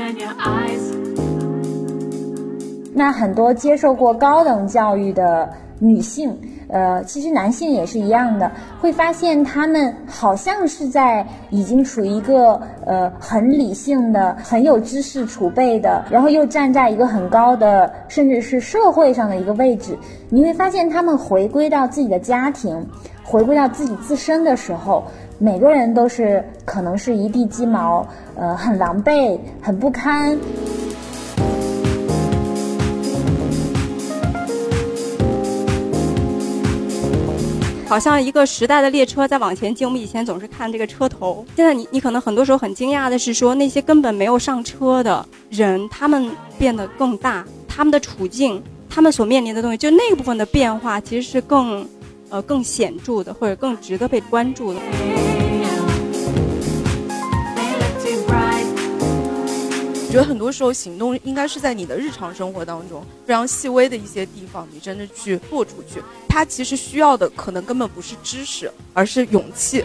那很多接受过高等教育的女性，其实男性也是一样的，会发现他们好像是在已经处于一个很理性的、很有知识储备的，然后又站在一个很高的，甚至是社会上的一个位置。你会发现他们回归到自己的家庭，回归到自己自身的时候，每个人都是可能是一地鸡毛，很狼狈，很不堪。 好像一个时代的列车在往前进，我们以前总是看这个车头，现在你可能很多时候很惊讶的是说，那些根本没有上车的人，他们变得更大，他们的处境，他们所面临的东西，就那个部分的变化其实是更显著的，或者更值得被关注的。 我觉得很多时候行动应该是在你的日常生活当中非常细微的一些地方，你真的去做出去，它其实需要的可能根本不是知识，而是勇气。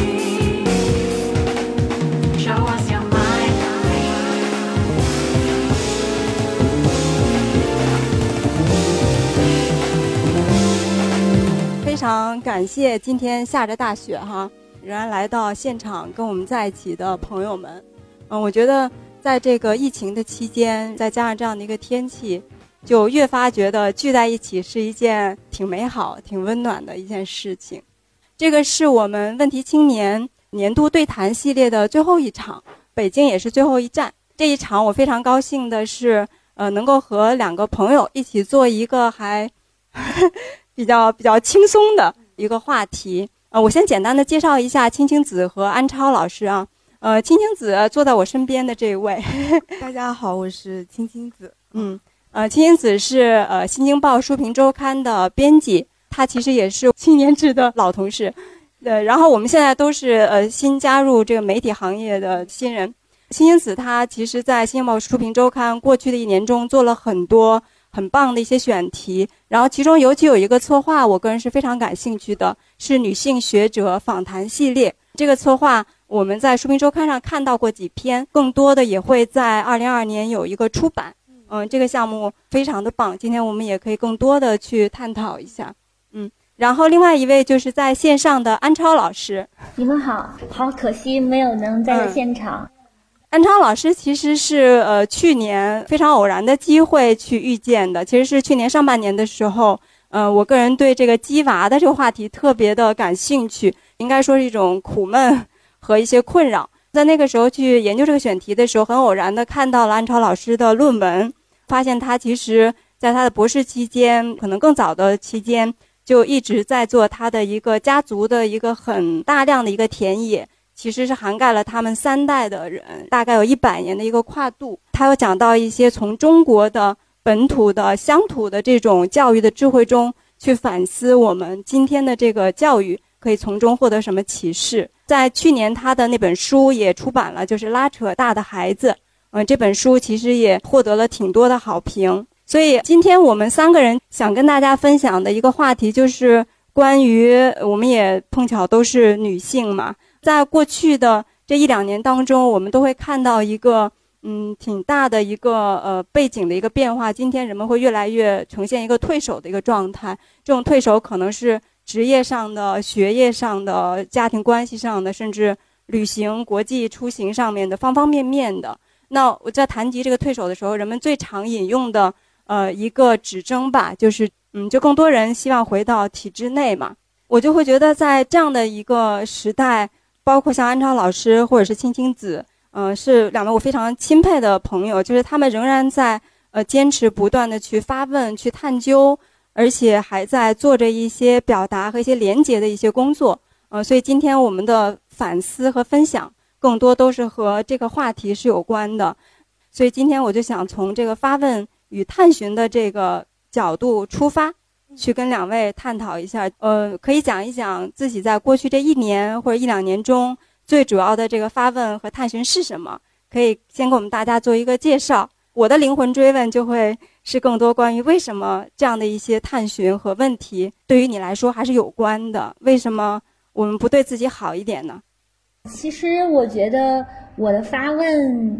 非常感谢今天下着大雪哈，仍然来到现场跟我们在一起的朋友们。我觉得在这个疫情的期间，再加上这样的一个天气，就越发觉得聚在一起是一件挺美好、挺温暖的一件事情。这个是我们问题青年年度对谈系列的最后一场，北京也是最后一站。这一场我非常高兴的是，能够和两个朋友一起做一个还比较轻松的一个话题。我先简单的介绍一下青青子和安超老师啊。青青子坐在我身边的这一位大家好，我是青青子。 青青子是新京报书评周刊的编辑，她其实也是青年志的老同事。然后我们现在都是新加入这个媒体行业的新人。青青子她其实在新京报书评周刊过去的一年中做了很多很棒的一些选题，然后其中尤其有一个策划我个人是非常感兴趣的，是女性学者访谈系列。这个策划我们在书评周刊上看到过几篇，更多的也会在2022年有一个出版。这个项目非常的棒，今天我们也可以更多的去探讨一下。然后另外一位就是在线上的安超老师。 你们好，好可惜没有能在现场。 安超老师其实是去年非常偶然的机会去遇见的，其实是去年上半年的时候，我个人对这个鸡娃的这个话题特别的感兴趣，应该说是一种苦闷和一些困扰。在那个时候去研究这个选题的时候，很偶然的看到了安超老师的论文，发现他其实在他的博士期间，可能更早的期间，就一直在做他的一个家族的一个很大量的一个田野，其实是涵盖了他们3代的人，大概有100年的一个跨度。他有讲到一些从中国的本土的乡土的这种教育的智慧中去反思我们今天的这个教育可以从中获得什么启示。在去年他的那本书也出版了，就是拉扯大的孩子。这本书其实也获得了挺多的好评。所以今天我们3个人想跟大家分享的一个话题，就是关于我们也碰巧都是女性嘛，在过去的这1-2年当中，我们都会看到一个挺大的一个背景的一个变化。今天人们会越来越呈现一个退守的一个状态，这种退守可能是职业上的、学业上的、家庭关系上的，甚至旅行、国际出行上面的方方面面的。那我在谈及这个退守的时候，人们最常引用的一个指征吧，就是就更多人希望回到体制内嘛。我就会觉得在这样的一个时代，包括像安超老师或者是青青子，是2位我非常钦佩的朋友，就是他们仍然在坚持不断的去发问、去探究，而且还在做着一些表达和一些连结的一些工作。所以今天我们的反思和分享更多都是和这个话题是有关的。所以今天我就想从这个发问与探寻的这个角度出发，去跟2位探讨一下，可以讲一讲自己在过去这1年或者1-2年中最主要的这个发问和探寻是什么，可以先给我们大家做一个介绍。我的灵魂追问就会是更多关于为什么这样的一些探寻和问题对于你来说还是有关的，为什么我们不对自己好一点呢？ 其实我觉得我的发问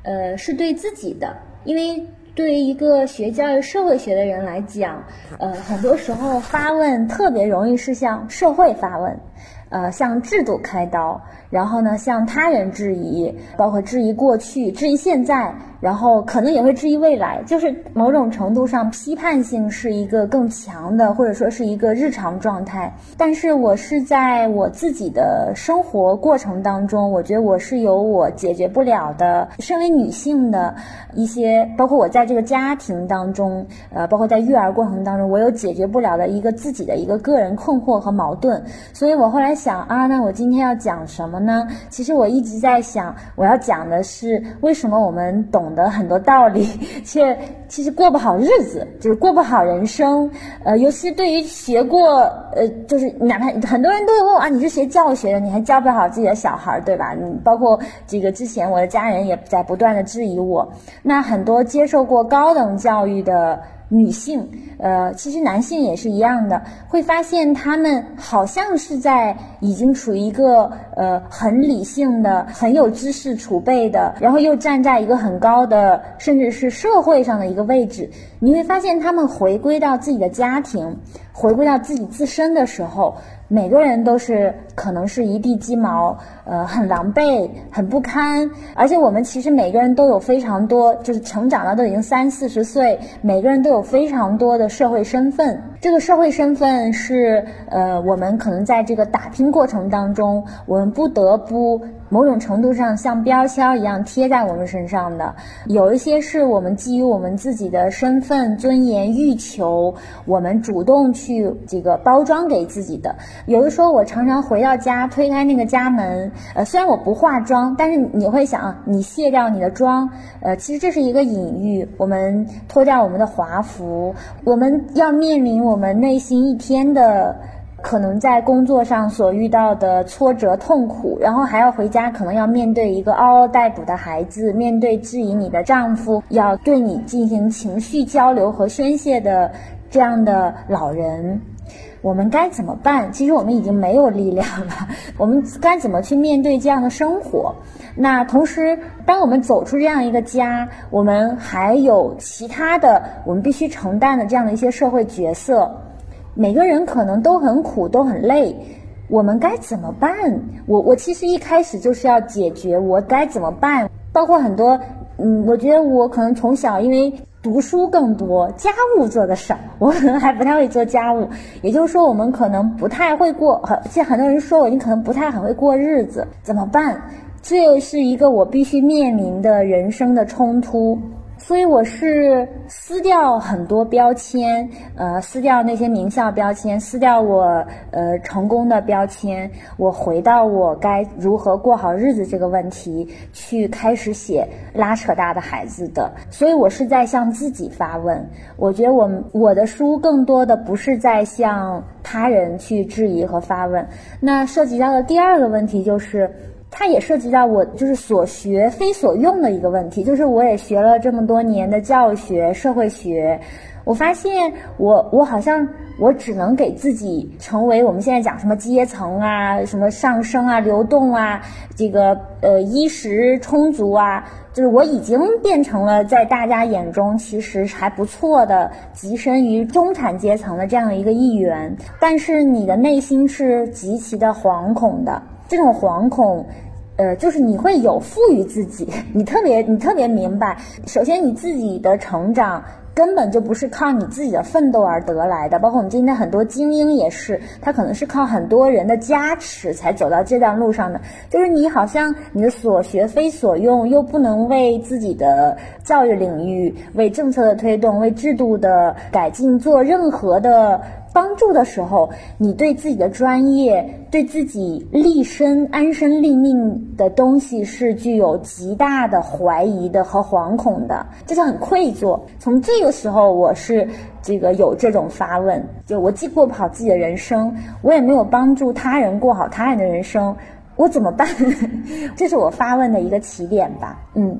是对自己的，因为对于一个学教育社会学的人来讲，很多时候发问特别容易是向社会发问，向制度开刀，然后呢，向他人质疑，包括质疑过去、质疑现在，然后可能也会质疑未来，就是某种程度上批判性是一个更强的，或者说是一个日常状态。但是我是在我自己的生活过程当中，我觉得我是有我解决不了的，身为女性的一些，包括我在这个家庭当中，包括在育儿过程当中，我有解决不了的一个自己的一个个人困惑和矛盾。所以我后来想啊，那我今天要讲什么呢？其实我一直在想，我要讲的是为什么我们懂得很多道理，却其实过不好日子，就是过不好人生。尤其对于学过，就是哪怕很多人都会问我啊，你是学教学的，你还教不好自己的小孩，对吧？包括这个之前我的家人也在不断的质疑我。那很多接受过高等教育的女性，其实男性也是一样的，会发现他们好像是在已经处于一个很理性的、很有知识储备的，然后又站在一个很高的，甚至是社会上的一个位置。你会发现他们回归到自己的家庭，回归到自己自身的时候，每个人都是可能是一地鸡毛，很狼狈，很不堪。而且我们其实每个人都有非常多，就是成长到都已经30-40岁，每个人都有非常多的社会身份。这个社会身份是我们可能在这个打拼过程当中，我们不得不某种程度上像标签一样贴在我们身上的。有一些是我们基于我们自己的身份、尊严、欲求，我们主动去这个包装给自己的。有的时候我常常回到家，推开那个家门，虽然我不化妆，但是你会想，你卸掉你的妆，其实这是一个隐喻。我们脱掉我们的华服，我们要面临我们内心一天的可能在工作上所遇到的挫折痛苦，然后还要回家，可能要面对一个嗷嗷待哺的孩子，面对质疑你的丈夫，要对你进行情绪交流和宣泄的这样的老人。我们该怎么办？其实我们已经没有力量了，我们该怎么去面对这样的生活？那同时，当我们走出这样一个家，我们还有其他的我们必须承担的这样的一些社会角色，每个人可能都很苦，都很累，我们该怎么办？我其实一开始就是要解决我该怎么办，包括很多我觉得我可能从小因为读书更多，家务做的少，我可能还不太会做家务，也就是说我们可能不太会过，现在很多人说我你可能不太很会过日子，怎么办？这是一个我必须面临的人生的冲突。所以我是撕掉很多标签，撕掉那些名校标签，撕掉我成功的标签，我回到我该如何过好日子这个问题，去开始写拉扯大的孩子的。所以我是在向自己发问。我觉得我的书更多的不是在向他人去质疑和发问。那涉及到的第二个问题就是，它也涉及到我就是所学非所用的一个问题，就是我也学了这么多年的教育学、社会学，我发现我好像我只能给自己成为我们现在讲什么阶层啊、什么上升啊、流动啊，这个衣食充足啊，就是我已经变成了在大家眼中其实还不错的跻身于中产阶层的这样的一个一员，但是你的内心是极其的惶恐的。这种惶恐就是你会有赋予自己，你特别明白，首先你自己的成长根本就不是靠你自己的奋斗而得来的，包括我们今天很多精英也是，他可能是靠很多人的加持才走到这段路上的。就是你好像你的所学非所用，又不能为自己的教育领域、为政策的推动、为制度的改进做任何的帮助的时候，你对自己的专业、对自己立身安身立命的东西是具有极大的怀疑的和惶恐的，这就很愧疚。从这个时候我是这个有这种发问，就我既过不好自己的人生，我也没有帮助他人过好他人的人生，我怎么办？这是我发问的一个起点吧。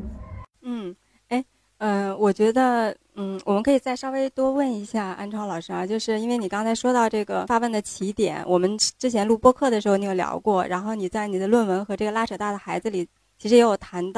我觉得我们可以再稍微多问一下安超老师啊，就是因为你刚才说到这个发问的起点，我们之前录播课的时候你有聊过，然后你在你的论文和这个拉扯大的孩子里其实也有谈到，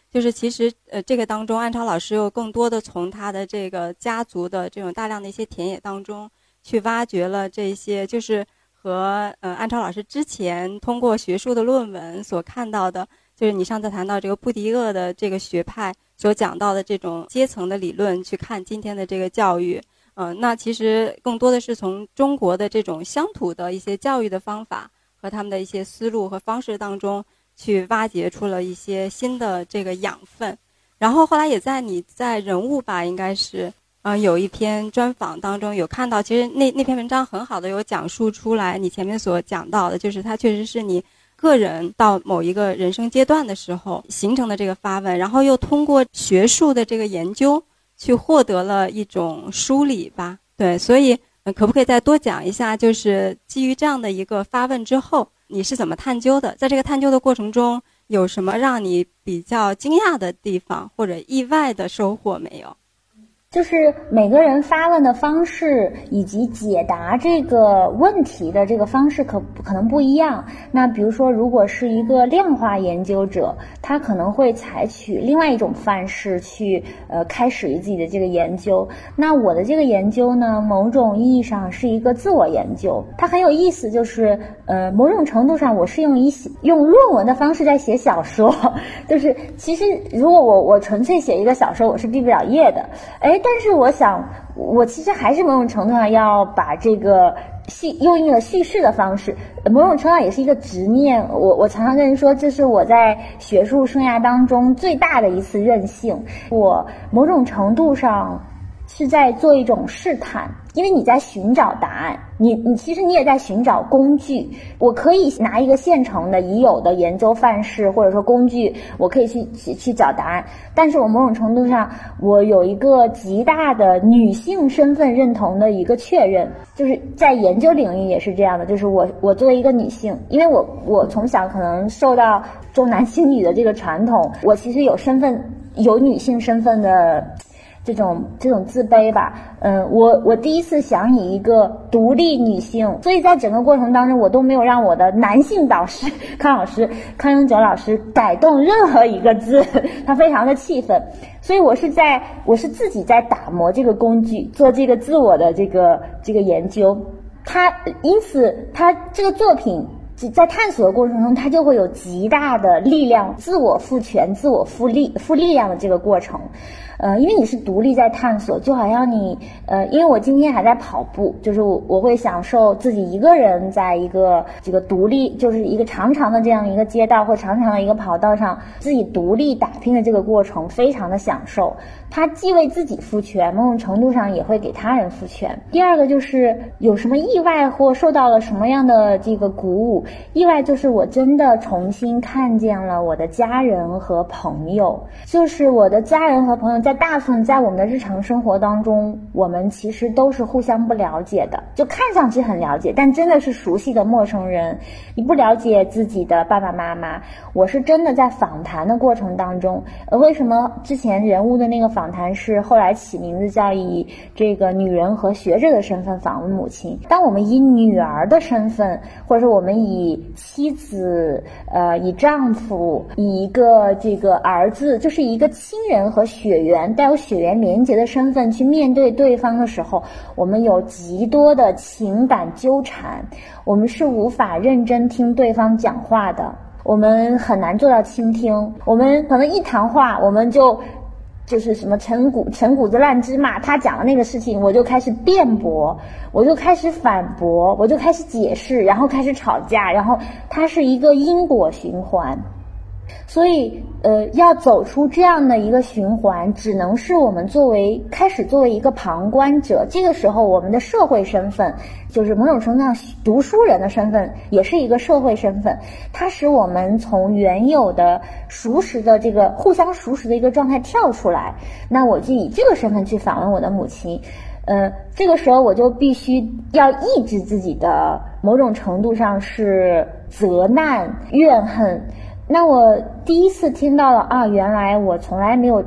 就是其实这个当中，安超老师又更多的从他的这个家族的这种大量的一些田野当中去挖掘了这些，就是和安超老师之前通过学术的论文所看到的，就是你上次谈到这个布迪厄的这个学派所讲到的这种阶层的理论去看今天的这个教育。那其实更多的是从中国的这种乡土的一些教育的方法和他们的一些思路和方式当中去挖掘出了一些新的这个养分。然后后来也在你在人物吧，应该是有一篇专访当中有看到，其实那篇文章很好的有讲述出来你前面所讲到的，就是它确实是你个人到某一个人生阶段的时候形成的这个发问，然后又通过学术的这个研究去获得了一种梳理吧。对，所以可不可以再多讲一下，就是基于这样的一个发问之后你是怎么探究的，在这个探究的过程中有什么让你比较惊讶的地方或者意外的收获没有？ 就是每个人发问的方式以及解答这个问题的这个方式可能不一样。那比如说如果是一个量化研究者，他可能会采取另外一种范式去开始自己的这个研究。那我的这个研究呢，某种意义上是一个自我研究，它很有意思，就是某种程度上我是用论文的方式在写小说。就是其实如果我纯粹写一个小说，我是毕不了业的。但是我想我其实还是某种程度上要把这个用一个叙事的方式，某种程度上也是一个执念。我常常跟人说，这是我在学术生涯当中最大的一次任性。我某种程度上是在做一种试探，因为你在寻找答案，你其实你也在寻找工具。我可以拿一个现成的已有的研究范式或者说工具，我可以去找答案。但是我某种程度上我有一个极大的女性身份认同的一个确认，就是在研究领域也是这样的，就是我作为一个女性，因为我从小可能受到重男轻女的这个传统，我其实有女性身份的这种自卑吧。我第一次想以一个独立女性，所以在整个过程当中我都没有让我的男性导师康永久老师改动任何一个字，他非常的气愤。所以我是自己在打磨这个工具，做这个自我的这个研究。因此他这个作品在探索的过程中，它就会有极大的力量，自我赋权、自我赋力量的这个过程。因为你是独立在探索，就好像你因为我今天还在跑步，就是我会享受自己一个人在一个这个独立，就是一个长长的这样一个街道或长长的一个跑道上自己独立打拼的这个过程，非常的享受。它既为自己赋权，某种程度上也会给他人赋权。第二个就是有什么意外或受到了什么样的这个鼓舞。意外就是我真的重新看见了我的家人和朋友，就是我的家人和朋友在大部分在我们的日常生活当中，我们其实都是互相不了解的，就看上去很了解，但真的是熟悉的陌生人。你不了解自己的爸爸妈妈，我是真的在访谈的过程当中，为什么之前人物的那个访谈是后来起名字叫以这个女人和学者的身份访问母亲。当我们以女儿的身份，或者说我们以妻子以丈夫，以一个这个儿子，就是一个亲人和血缘带有血缘连结的身份去面对对方的时候，我们有极多的情感纠缠，我们是无法认真听对方讲话的，我们很难做到倾听。我们可能一谈话，我们就是什么陈谷子烂芝麻，他讲的那个事情我就开始辩驳，我就开始反驳，我就开始解释，然后开始吵架，然后它是一个因果循环。所以要走出这样的一个循环，只能是我们开始作为一个旁观者。这个时候我们的社会身份，就是某种程度上读书人的身份，也是一个社会身份，它使我们从原有的熟识的这个互相熟识的一个状态跳出来。那我就以这个身份去访问我的母亲，这个时候我就必须要抑制自己的某种程度上是责难、怨恨。那我第一次听到了原来我从来没有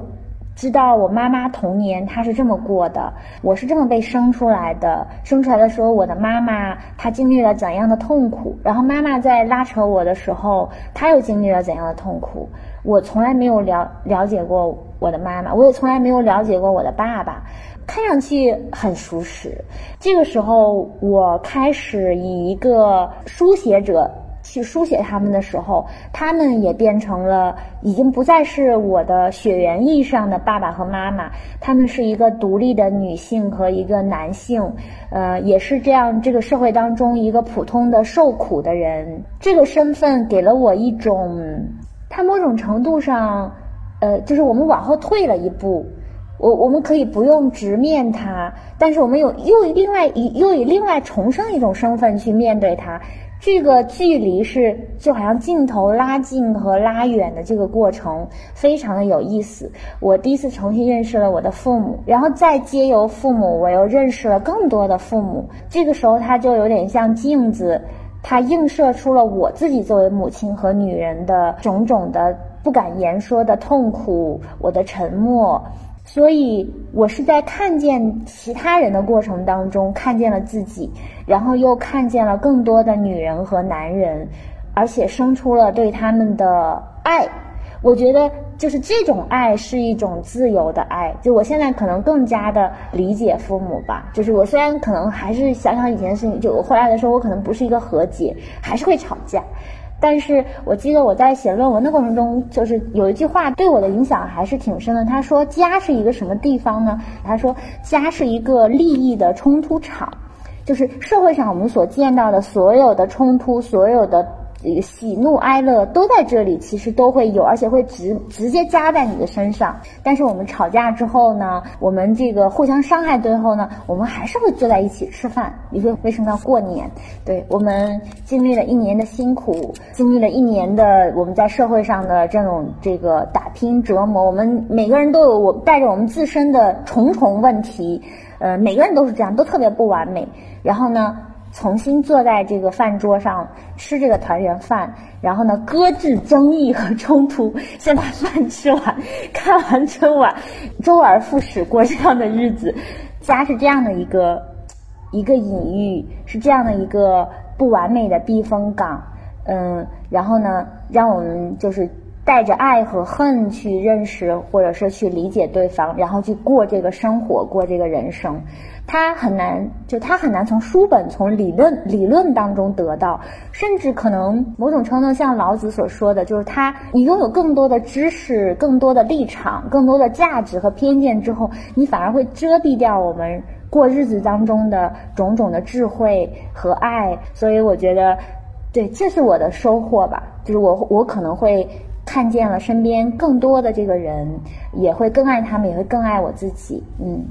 知道我妈妈童年她是这么过的，我是这么被生出来的。生出来的时候，我的妈妈她经历了怎样的痛苦，然后妈妈在拉扯我的时候，她又经历了怎样的痛苦。我从来没有了解过我的妈妈，我也从来没有了解过我的爸爸，看上去很熟识。这个时候，我开始以一个书写者去书写他们的时候，他们也变成了已经不再是我的血缘意义上的爸爸和妈妈，他们是一个独立的女性和一个男性，也是这样这个社会当中一个普通的受苦的人。这个身份给了我一种，它某种程度上，就是我们往后退了一步。我们可以不用直面它，但是我们又以另外重生一种身份去面对它。这个距离是就好像镜头拉近和拉远的这个过程非常的有意思。我第一次重新认识了我的父母，然后再借由父母我又认识了更多的父母。这个时候它就有点像镜子，它映射出了我自己作为母亲和女人的种种的不敢言说的痛苦，我的沉默。所以我是在看见其他人的过程当中看见了自己，然后又看见了更多的女人和男人，而且生出了对他们的爱。我觉得就是这种爱是一种自由的爱，就我现在可能更加的理解父母吧。就是我虽然可能还是想想以前的事情，就我回来的时候我可能不是一个和解，还是会吵架，但是我记得我在写论文的过程中，就是有一句话对我的影响还是挺深的。他说家是一个什么地方呢？他说家是一个利益的冲突场，就是社会上我们所见到的所有的冲突，所有的喜怒哀乐都在这里，其实都会有，而且会直接加在你的身上。但是我们吵架之后呢，我们这个互相伤害最后呢，我们还是会坐在一起吃饭。你说为什么要过年？对，我们经历了一年的辛苦，经历了一年的我们在社会上的这个打拼折磨，我们每个人都有带着我们自身的重重问题，每个人都是这样，都特别不完美。然后呢，重新坐在这个饭桌上吃这个团圆饭，然后呢搁置争议和冲突，先把饭吃完，看完春晚，周而复始过这样的日子。家是这样的一个隐喻，是这样的一个不完美的避风港。然后呢让我们就是带着爱和恨去认识或者是去理解对方，然后去过这个生活，过这个人生。它很难从书本从理论当中得到，甚至可能某种程度像老子所说的，就是你拥有更多的知识，更多的立场，更多的价值和偏见之后，你反而会遮蔽掉我们过日子当中的种种的智慧和爱。所以我觉得对，这是我的收获吧，就是我可能会看见了身边更多的这个人，也会更爱他们，也会更爱我自己。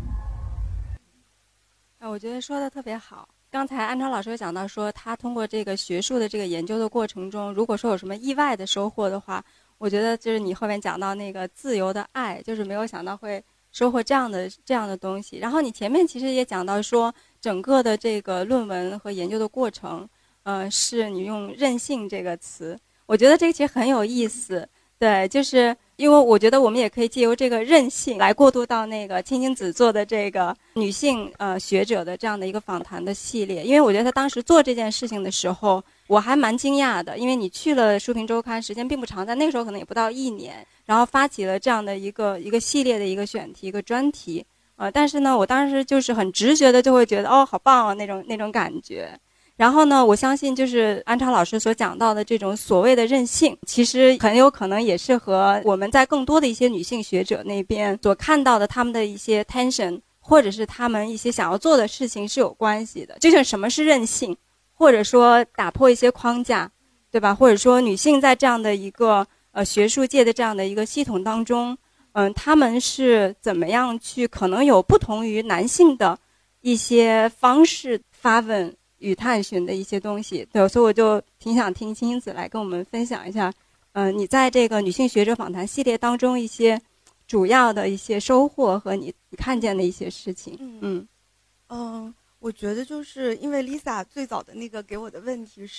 我觉得说的特别好。刚才安超老师有讲到说，他通过这个学术的这个研究的过程中，如果说有什么意外的收获的话，我觉得就是你后面讲到那个自由的爱，就是没有想到会收获这样的东西。然后你前面其实也讲到说，整个的这个论文和研究的过程，是你用韧性这个词，我觉得这个其实很有意思。对，就是因为我觉得我们也可以借由这个韧性来过渡到那个青青子做的这个女性学者的这样的一个访谈的系列。因为我觉得他当时做这件事情的时候，我还蛮惊讶的，因为你去了书评周刊时间并不长，在那个时候可能也不到1年，然后发起了这样的一个系列的一个选题，一个专题。但是呢，我当时就是很直觉的就会觉得好棒啊，那种感觉。然后呢，我相信就是安超老师所讲到的这种所谓的韧性，其实很有可能也是和我们在更多的一些女性学者那边所看到的他们的一些 tension， 或者是他们一些想要做的事情是有关系的。就像什么是韧性，或者说打破一些框架，对吧？或者说女性在这样的一个学术界的这样的一个系统当中，他们是怎么样去可能有不同于男性的一些方式发问与探寻的一些东西。对，所以我就挺想听青青子来跟我们分享一下，你在这个女性学者访谈系列当中一些主要的一些收获和你看见的一些事情。 我觉得就是因为 Lisa 最早的那个给我的问题是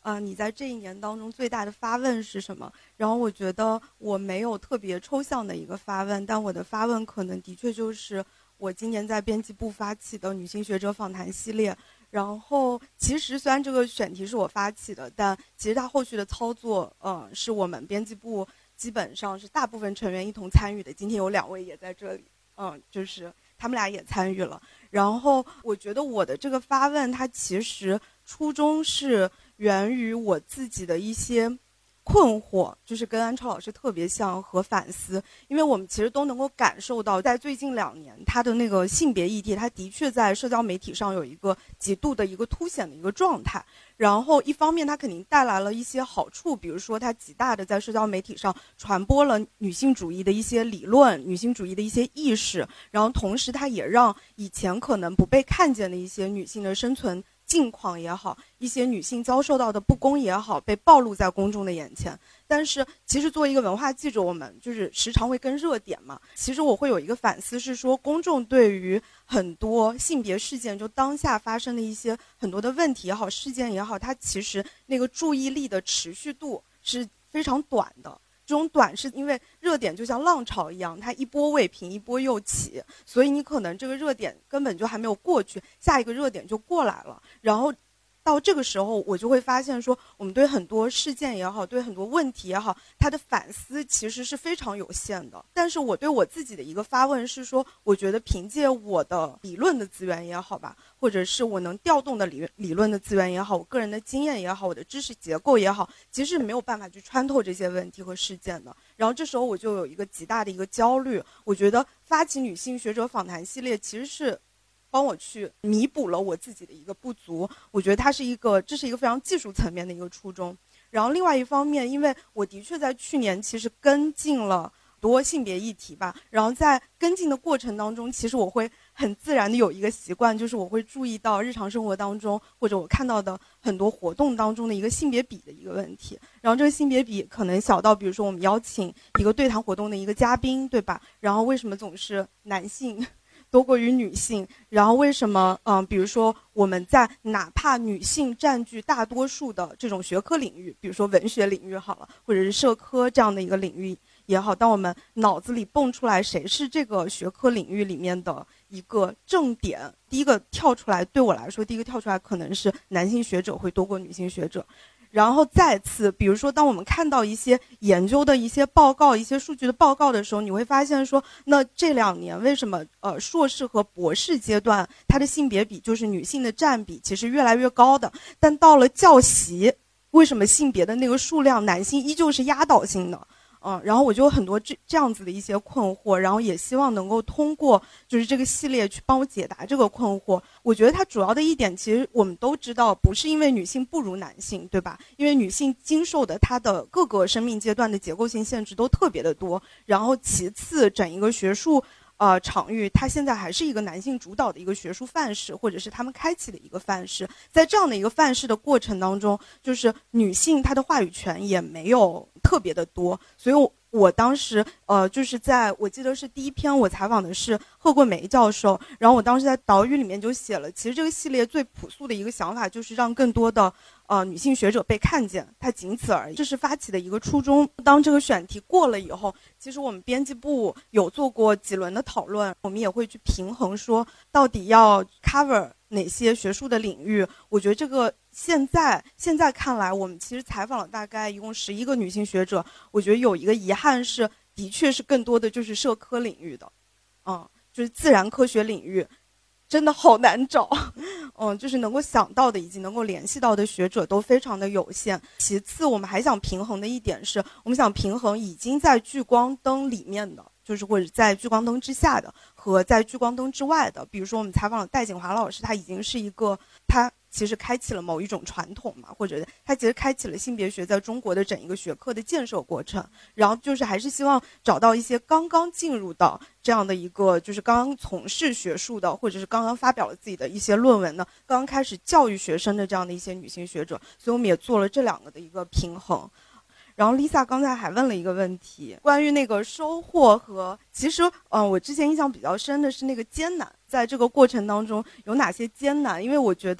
你在这一年当中最大的发问是什么？然后我觉得我没有特别抽象的一个发问，但我的发问可能的确就是我今年在编辑部发起的女性学者访谈系列。然后其实虽然这个选题是我发起的，但其实它后续的操作，是我们编辑部基本上是大部分成员一同参与的。今天有2位也在这里，就是他们俩也参与了。然后我觉得我的这个发问，它其实初衷是源于我自己的一些困惑，就是跟安超老师特别像和反思。因为我们其实都能够感受到，在最近2年，它的那个性别议题，它的确在社交媒体上有一个极度的一个凸显的一个状态。然后一方面它肯定带来了一些好处，比如说它极大的在社交媒体上传播了女性主义的一些理论，女性主义的一些意识，然后同时它也让以前可能不被看见的一些女性的生存境况也好，一些女性遭受到的不公也好，被暴露在公众的眼前。但是其实作为一个文化记者，我们就是时常会跟热点嘛，其实我会有一个反思，是说公众对于很多性别事件，就当下发生的一些很多的问题也好，事件也好，它其实那个注意力的持续度是非常短的。这种短是因为热点就像浪潮一样，它一波未平一波又起，所以你可能这个热点根本就还没有过去，下一个热点就过来了。然后到这个时候，我就会发现说，我们对很多事件也好，对很多问题也好，它的反思其实是非常有限的。但是我对我自己的一个发问是说，我觉得凭借我的理论的资源也好吧，或者是我能调动的理论的资源也好，我个人的经验也好，我的知识结构也好，其实是没有办法去穿透这些问题和事件的。然后这时候我就有一个极大的一个焦虑，我觉得发起女性学者访谈系列其实是帮我去弥补了我自己的一个不足。我觉得这是一个非常技术层面的一个初衷。然后另外一方面，因为我的确在去年其实跟进了多性别议题吧，然后在跟进的过程当中，其实我会很自然的有一个习惯，就是我会注意到日常生活当中或者我看到的很多活动当中的一个性别比的一个问题。然后这个性别比可能小到比如说我们邀请一个对谈活动的一个嘉宾，对吧？然后为什么总是男性多过于女性？然后为什么比如说我们在哪怕女性占据大多数的这种学科领域，比如说文学领域好了，或者是社科这样的一个领域也好，当我们脑子里蹦出来谁是这个学科领域里面的一个正点，第一个跳出来，对我来说第一个跳出来可能是男性学者会多过女性学者。然后再次比如说当我们看到一些研究的一些报告，一些数据的报告的时候，你会发现说，那这2年为什么硕士和博士阶段它的性别比，就是女性的占比其实越来越高的，但到了教习，为什么性别的那个数量男性依旧是压倒性的？然后我就有很多这样子的一些困惑，然后也希望能够通过就是这个系列去帮我解答这个困惑。我觉得它主要的一点，其实我们都知道，不是因为女性不如男性，对吧？因为女性经受的她的各个生命阶段的结构性限制都特别的多。然后其次，整一个学术场域，它现在还是一个男性主导的一个学术范式，或者是他们开启的一个范式。在这样的一个范式的过程当中，就是女性她的话语权也没有特别的多。所以我当时就是在我记得是第一篇我采访的是贺桂梅教授，然后我当时在导语里面就写了，其实这个系列最朴素的一个想法就是让更多的女性学者被看见，它仅此而已，这是发起的一个初衷。当这个选题过了以后，其实我们编辑部有做过几轮的讨论，我们也会去平衡说到底要 cover 哪些学术的领域。我觉得这个现在看来，我们其实采访了大概一共11个女性学者，我觉得有一个遗憾是，的确是更多的就是社科领域的，就是自然科学领域真的好难找，就是能够想到的以及能够联系到的学者都非常的有限。其次，我们还想平衡的一点是，我们想平衡已经在聚光灯里面的，就是或者在聚光灯之下的和在聚光灯之外的。比如说我们采访了戴锦华老师，他已经是一个他其实开启了某一种传统嘛，或者他其实开启了性别学在中国的整一个学科的建设过程。然后就是还是希望找到一些刚刚进入到这样的一个就是刚刚从事学术的，或者是刚刚发表了自己的一些论文的，刚刚开始教育学生的这样的一些女性学者。所以我们也做了这2个的一个平衡。然后 Lisa 刚才还问了一个问题，关于那个收获和其实我之前印象比较深的是那个艰难，在这个过程当中有哪些艰难？因为我觉得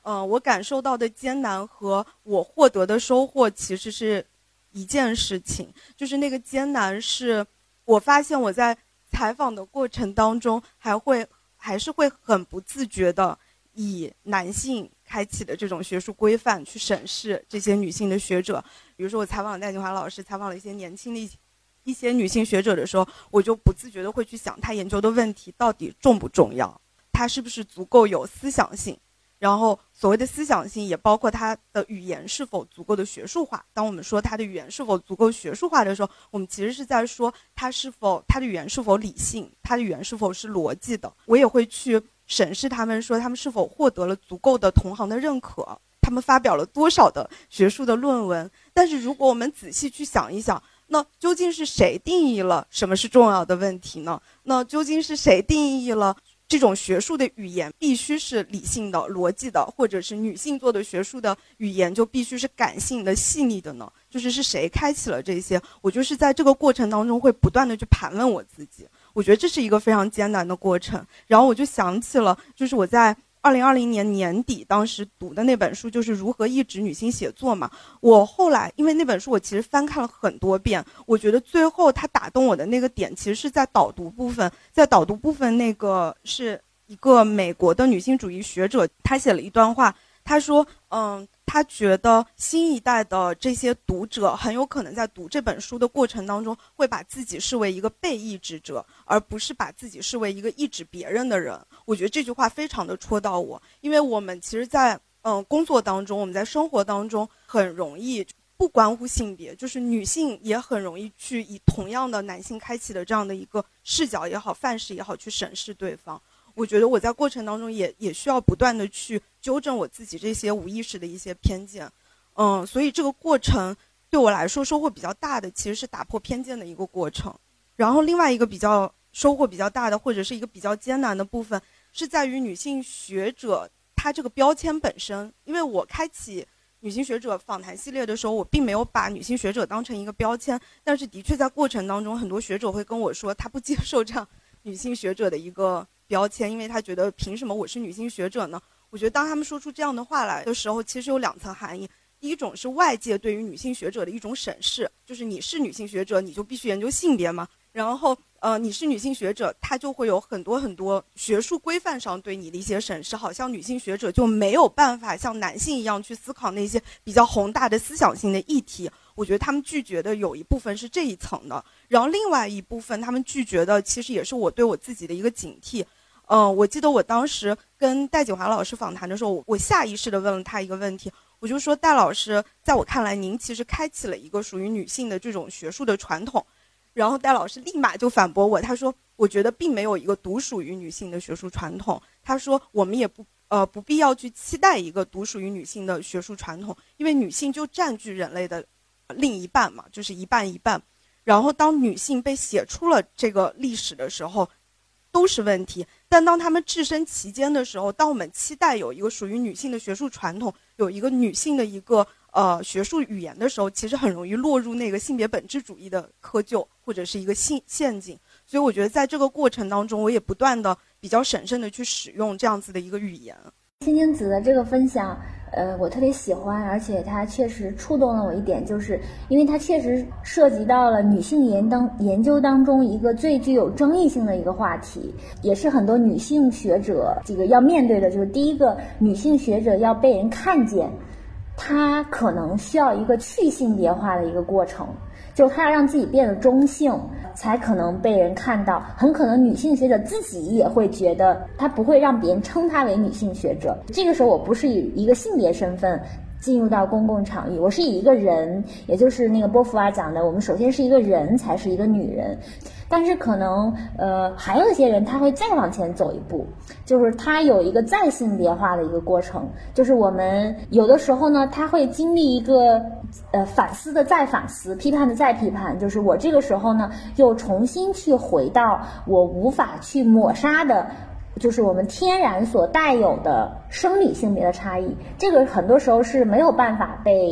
我感受到的艰难和我获得的收获其实是一件事情，就是那个艰难是我发现我在采访的过程当中还是会很不自觉的以男性开启的这种学术规范去审视这些女性的学者。比如说我采访了戴锦华老师，采访了一些年轻的一些女性学者的时候，我就不自觉的会去想她研究的问题到底重不重要，她是不是足够有思想性，然后所谓的思想性也包括她的语言是否足够的学术化。当我们说她的语言是否足够学术化的时候，我们其实是在说她的语言是否理性，她的语言是否是逻辑的。我也会去审视他们，说他们是否获得了足够的同行的认可，他们发表了多少的学术的论文。但是如果我们仔细去想一想，那究竟是谁定义了什么是重要的问题呢？那究竟是谁定义了这种学术的语言必须是理性的、逻辑的，或者是女性做的学术的语言就必须是感性的、细腻的呢？就是谁开启了这些？我就是在这个过程当中会不断的去盘问我自己，我觉得这是一个非常艰难的过程。然后我就想起了，就是我在2020年年底当时读的那本书，就是如何抑制女性写作嘛。我后来因为那本书我其实翻看了很多遍，我觉得最后它打动我的那个点其实是在导读部分。在导读部分，那个是一个美国的女性主义学者，她写了一段话，她说他觉得新一代的这些读者很有可能在读这本书的过程当中会把自己视为一个被抑制者，而不是把自己视为一个抑制别人的人。我觉得这句话非常的戳到我，因为我们其实在工作当中，我们在生活当中很容易不关乎性别，就是女性也很容易去以同样的男性开启的这样的一个视角也好、范式也好去审视对方。我觉得我在过程当中也需要不断的去纠正我自己这些无意识的一些偏见，所以这个过程对我来说收获比较大的其实是打破偏见的一个过程。然后另外一个收获比较大的或者是一个比较艰难的部分是在于女性学者她这个标签本身。因为我开启女性学者访谈系列的时候，我并没有把女性学者当成一个标签，但是的确在过程当中很多学者会跟我说她不接受这样女性学者的一个标签，因为他觉得凭什么我是女性学者呢？我觉得当他们说出这样的话来的时候，其实有两层含义。第一种是外界对于女性学者的一种审视，就是你是女性学者你就必须研究性别嘛，然后你是女性学者，他就会有很多学术规范上对你的一些审视，好像女性学者就没有办法像男性一样去思考那些比较宏大的思想性的议题。我觉得他们拒绝的有一部分是这一层的，然后另外一部分他们拒绝的其实也是我对我自己的一个警惕。我记得我当时跟戴锦华老师访谈的时候，我下意识地问了他一个问题，我就说戴老师，在我看来您其实开启了一个属于女性的这种学术的传统。然后戴老师立马就反驳我，他说我觉得并没有一个独属于女性的学术传统，他说我们也不必要去期待一个独属于女性的学术传统，因为女性就占据人类的另一半嘛，就是一半一半。然后当女性被写出了这个历史的时候都是问题，但当她们置身其间的时候，当我们期待有一个属于女性的学术传统，有一个女性的一个学术语言的时候，其实很容易落入那个性别本质主义的窠臼或者是一个陷阱。所以我觉得在这个过程当中，我也不断的比较审慎的去使用这样子的一个语言。 青青子的这个分享我特别喜欢，而且它确实触动了我一点，就是因为它确实涉及到了女性研究当中一个最具有争议性的一个话题，也是很多女性学者这个要面对的，就是第一个，女性学者要被人看见，她可能需要一个去性别化的一个过程，就是她要让自己变得中性，才可能被人看到。很可能女性学者自己也会觉得她不会让别人称她为女性学者。这个时候我不是以一个性别身份进入到公共场域，我是以一个人，也就是那个波伏娃讲的，我们首先是一个人才是一个女人。但是可能还有一些人他会再往前走一步，就是他有一个再性别化的一个过程，就是我们有的时候呢他会经历一个反思的再反思，批判的再批判，就是我这个时候呢又重新去回到我无法去抹杀的，就是我们天然所带有的生理性别的差异，这个很多时候是没有办法被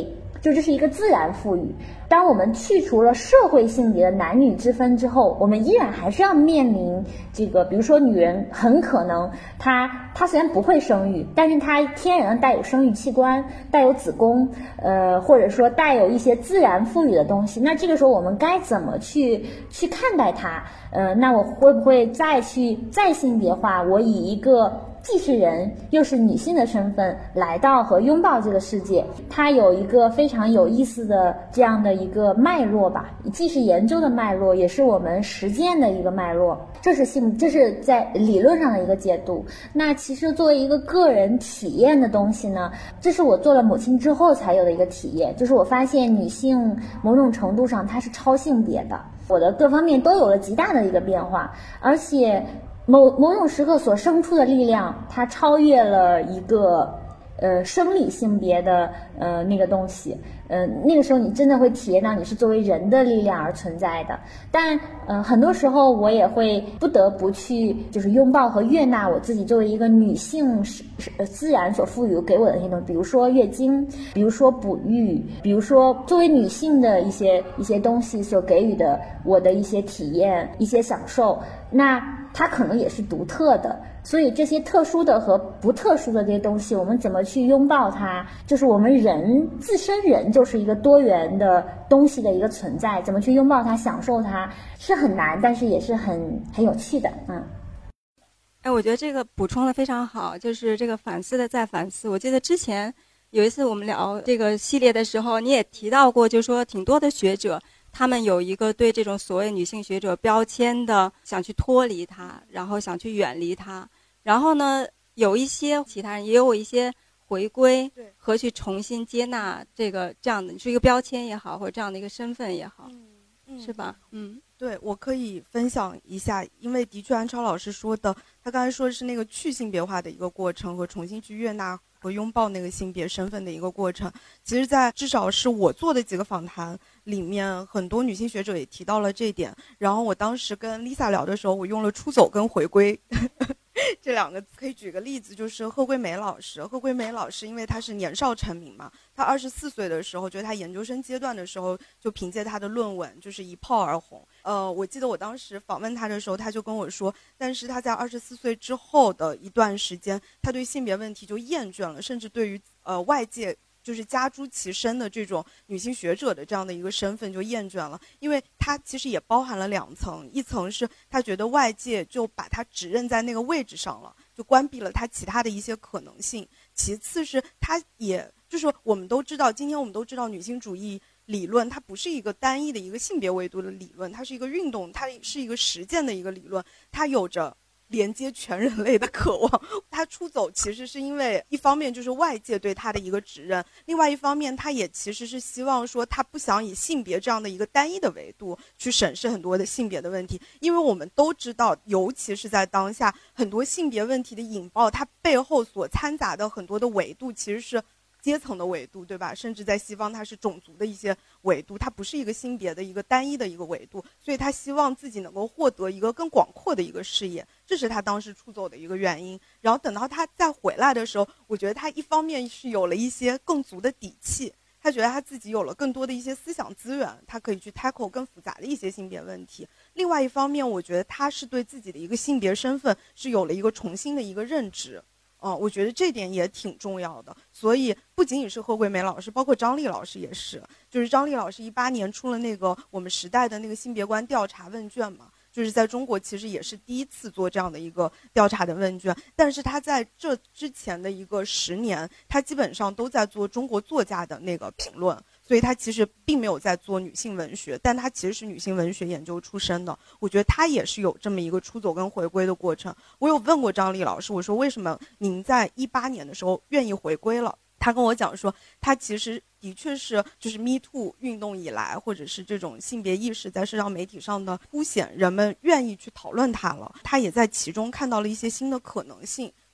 就这是一个自然赋予。当我们去除了社会性别的男女之分之后，我们依然还是要面临这个，比如说女人很可能她虽然不会生育，但是她天然带有生育器官，带有子宫，或者说带有一些自然赋予的东西。那这个时候我们该怎么去看待它？那我会不会再性别化？我以一个既是人又是女性的身份来到和拥抱这个世界，它有一个非常有意思的这样的一个脉络吧，既是研究的脉络，也是我们实践的一个脉络。这是在理论上的一个解读。那其实作为一个个人体验的东西呢，这是我做了母亲之后才有的一个体验，就是我发现女性某种程度上它是超性别的，我的各方面都有了极大的一个变化，而且某种时刻所生出的力量，它超越了一个生理性别的那个东西，那个时候你真的会体验到你是作为人的力量而存在的。但很多时候我也会不得不去就是拥抱和悦纳我自己作为一个女性自然所赋予给我的那些东西，比如说月经，比如说哺育，比如说作为女性的一些东西所给予的我的一些体验、一些享受，那它可能也是独特的。所以这些特殊的和不特殊的这些东西，我们怎么去拥抱它，就是我们人自身人就是一个多元的东西的一个存在，怎么去拥抱它、享受它是很难，但是也是很有趣的。 我觉得这个补充的非常好，就是这个反思的再反思。我记得之前有一次我们聊这个系列的时候，你也提到过，就是说挺多的学者他们有一个对这种所谓女性学者标签的想去脱离它，然后想去远离它，然后呢有一些其他人也有一些回归和去重新接纳这样的你是一个标签也好，或者这样的一个身份也好，是吧？ 对，我可以分享一下，因为的确安超老师说的，他刚才说的是那个去性别化的一个过程和重新去悦纳和拥抱那个性别身份的一个过程。其实在至少是我做的几个访谈里面，很多女性学者也提到了这一点。然后我当时跟 Lisa 聊的时候，我用了出走跟回归这两个字。可以举个例子，就是贺桂梅老师。贺桂梅老师因为她是年少成名嘛，她24岁的时候，就是她研究生阶段的时候，就凭借她的论文就是一炮而红。我记得我当时访问她的时候，她就跟我说，但是她在24岁之后的一段时间，她对性别问题就厌倦了，甚至对于外界就是加诸其身的这种女性学者的这样的一个身份就厌倦了。因为她其实也包含了两层，一层是她觉得外界就把她指认在那个位置上了，就关闭了她其他的一些可能性。其次是她也就是我们都知道，今天我们都知道女性主义理论它不是一个单一的一个性别维度的理论，它是一个运动，它是一个实践的一个理论，它有着连接全人类的渴望。他出走其实是因为一方面就是外界对他的一个指认，另外一方面他也其实是希望说他不想以性别这样的一个单一的维度去审视很多的性别的问题。因为我们都知道，尤其是在当下，很多性别问题的引爆，它背后所掺杂的很多的维度其实是阶层的维度，对吧？甚至在西方它是种族的一些维度，它不是一个性别的一个单一的一个维度，所以他希望自己能够获得一个更广阔的一个视野，这是他当时出走的一个原因。然后等到他再回来的时候，我觉得他一方面是有了一些更足的底气，他觉得他自己有了更多的一些思想资源，他可以去 tackle 更复杂的一些性别问题。另外一方面，我觉得他是对自己的一个性别身份是有了一个重新的一个认知。我觉得这点也挺重要的。所以不仅仅是贺桂梅老师，包括张丽老师也是，就是张丽老师18年出了那个我们时代的那个性别观调查问卷嘛，就是在中国其实也是第一次做这样的一个调查的问卷。但是他在这之前的一个10年，他基本上都在做中国作家的那个评论，所以他其实并没有在做女性文学，但他其实是女性文学研究出身的。我觉得他也是有这么一个出走跟回归的过程。我有问过张丽老师，我说为什么您在18年的时候愿意回归了？他跟我讲说，他其实的确是就是 Me Too 运动以来，或者是这种性别意识在社交媒体上的凸显，人们愿意去讨论它了。他也在其中看到了一些新的可能性，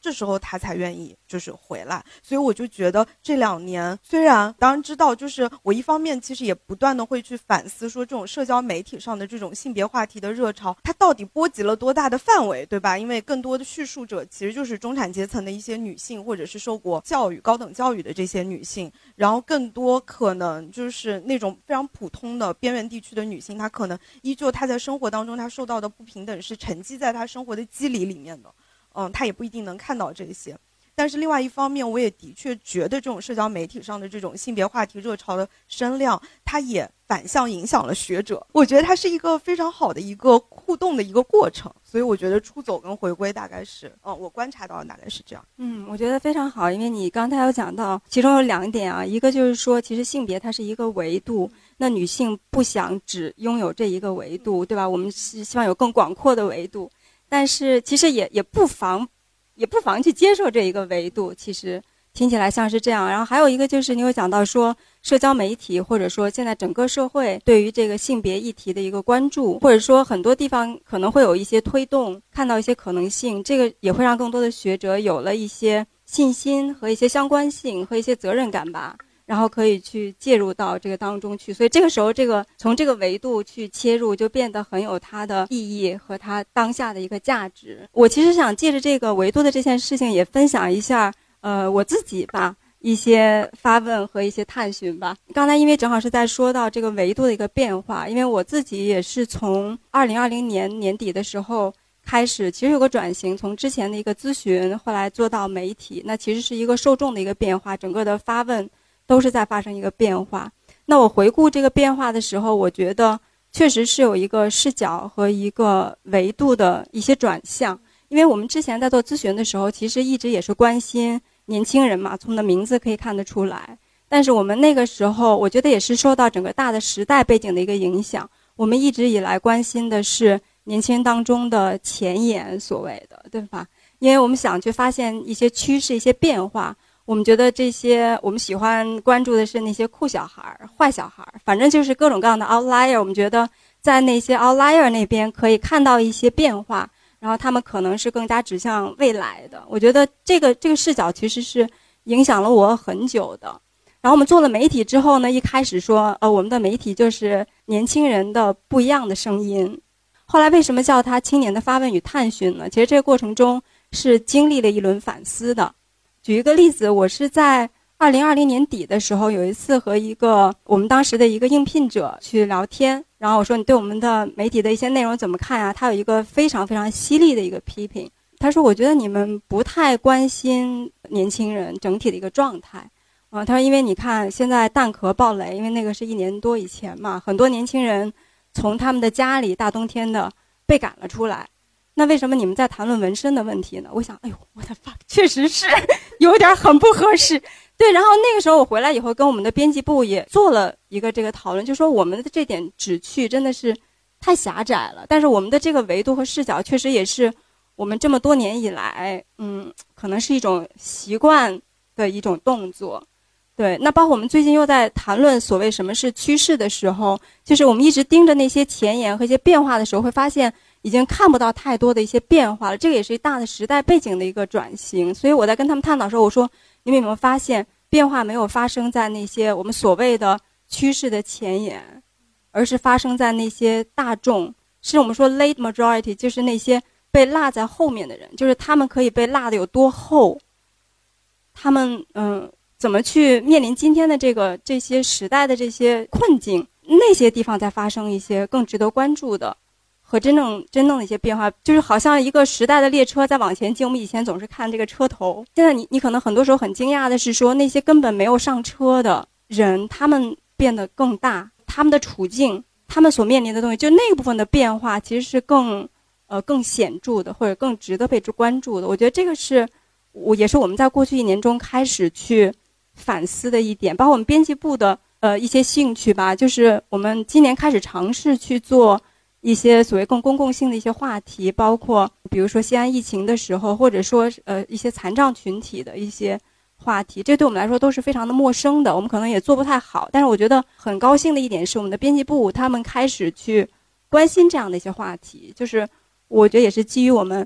这时候他才愿意就是回来。所以我就觉得这2年，虽然当然知道，就是我一方面其实也不断的会去反思说，这种社交媒体上的这种性别话题的热潮，它到底波及了多大的范围，对吧？因为更多的叙述者其实就是中产阶层的一些女性，或者是受过教育、高等教育的这些女性，然后更多可能就是那种非常普通的边缘地区的女性，她可能依旧她在生活当中她受到的不平等是沉积在她生活的肌理里面的，她也不一定能看到这些。但是另外一方面，我也的确觉得这种社交媒体上的这种性别话题热潮的声量，它也反向影响了学者。我觉得它是一个非常好的一个互动的一个过程。所以我觉得出走跟回归大概是，我观察到的大概是这样。 我觉得非常好，因为你刚才有讲到，其中有2点啊，一个就是说，其实性别它是一个维度，那女性不想只拥有这一个维度，对吧？我们是希望有更广阔的维度，但是其实也不妨去接受这一个维度，其实听起来像是这样。然后还有一个就是你有讲到说，社交媒体或者说现在整个社会对于这个性别议题的一个关注，或者说很多地方可能会有一些推动，看到一些可能性，这个也会让更多的学者有了一些信心和一些相关性和一些责任感吧，然后可以去介入到这个当中去。所以这个时候从这个维度去切入，就变得很有它的意义和它当下的一个价值。我其实想借着这个维度的这件事情也分享一下我自己吧一些发问和一些探寻吧。刚才因为正好是在说到这个维度的一个变化，因为我自己也是从2020年年底的时候开始，其实有个转型，从之前的一个咨询后来做到媒体，那其实是一个受众的一个变化，整个的发问都是在发生一个变化。那我回顾这个变化的时候，我觉得确实是有一个视角和一个维度的一些转向。因为我们之前在做咨询的时候，其实一直也是关心年轻人嘛，从我们的名字可以看得出来。但是我们那个时候，我觉得也是受到整个大的时代背景的一个影响，我们一直以来关心的是年轻人当中的前沿，所谓的，对吧？因为我们想去发现一些趋势、一些变化。我们觉得这些，我们喜欢关注的是那些酷小孩、坏小孩，反正就是各种各样的 outlier。我们觉得在那些 outlier 那边可以看到一些变化，然后他们可能是更加指向未来的。我觉得这个视角其实是影响了我很久的。然后我们做了媒体之后呢，一开始说我们的媒体就是年轻人的不一样的声音。后来为什么叫它青年的发问与探寻呢？其实这个过程中是经历了一轮反思的。举一个例子，我是在2020年底的时候，有一次和我们当时的一个应聘者去聊天，然后我说你对我们的媒体的一些内容怎么看啊？他有一个非常非常犀利的一个批评，他说我觉得你们不太关心年轻人整体的一个状态。他说因为你看现在蛋壳爆雷，因为那个是1年多以前嘛，很多年轻人从他们的家里大冬天的被赶了出来。那为什么你们在谈论纹身的问题呢？我想，哎呦，我的 fuck， 确实是有点很不合适。对，然后那个时候我回来以后，跟我们的编辑部也做了一个这个讨论，就说我们的这点旨趣真的是太狭窄了。但是我们的这个维度和视角，确实也是我们这么多年以来，可能是一种习惯的一种动作。对，那包括我们最近又在谈论所谓什么是趋势的时候，就是我们一直盯着那些前沿和一些变化的时候，会发现已经看不到太多的一些变化了。这个也是大的时代背景的一个转型。所以我在跟他们探讨的时候，我说你们有没有发现变化没有发生在那些我们所谓的趋势的前沿，而是发生在那些大众，是我们说 late majority， 就是那些被落在后面的人，就是他们可以被落得有多厚，他们怎么去面临今天的这些时代的这些困境，那些地方在发生一些更值得关注的和真正的一些变化。就是好像一个时代的列车在往前进，我们以前总是看这个车头，现在你可能很多时候很惊讶的是说，那些根本没有上车的人，他们变得更大，他们的处境，他们所面临的东西，就那个部分的变化其实是更显著的，或者更值得被关注的。我觉得这个也是我们在过去1年中开始去反思的一点，包括我们编辑部的一些兴趣吧，就是我们今年开始尝试去做一些所谓更公共性的一些话题，包括比如说西安疫情的时候，或者说一些残障群体的一些话题，这对我们来说都是非常的陌生的，我们可能也做不太好。但是我觉得很高兴的一点是，我们的编辑部他们开始去关心这样的一些话题，就是我觉得也是基于我们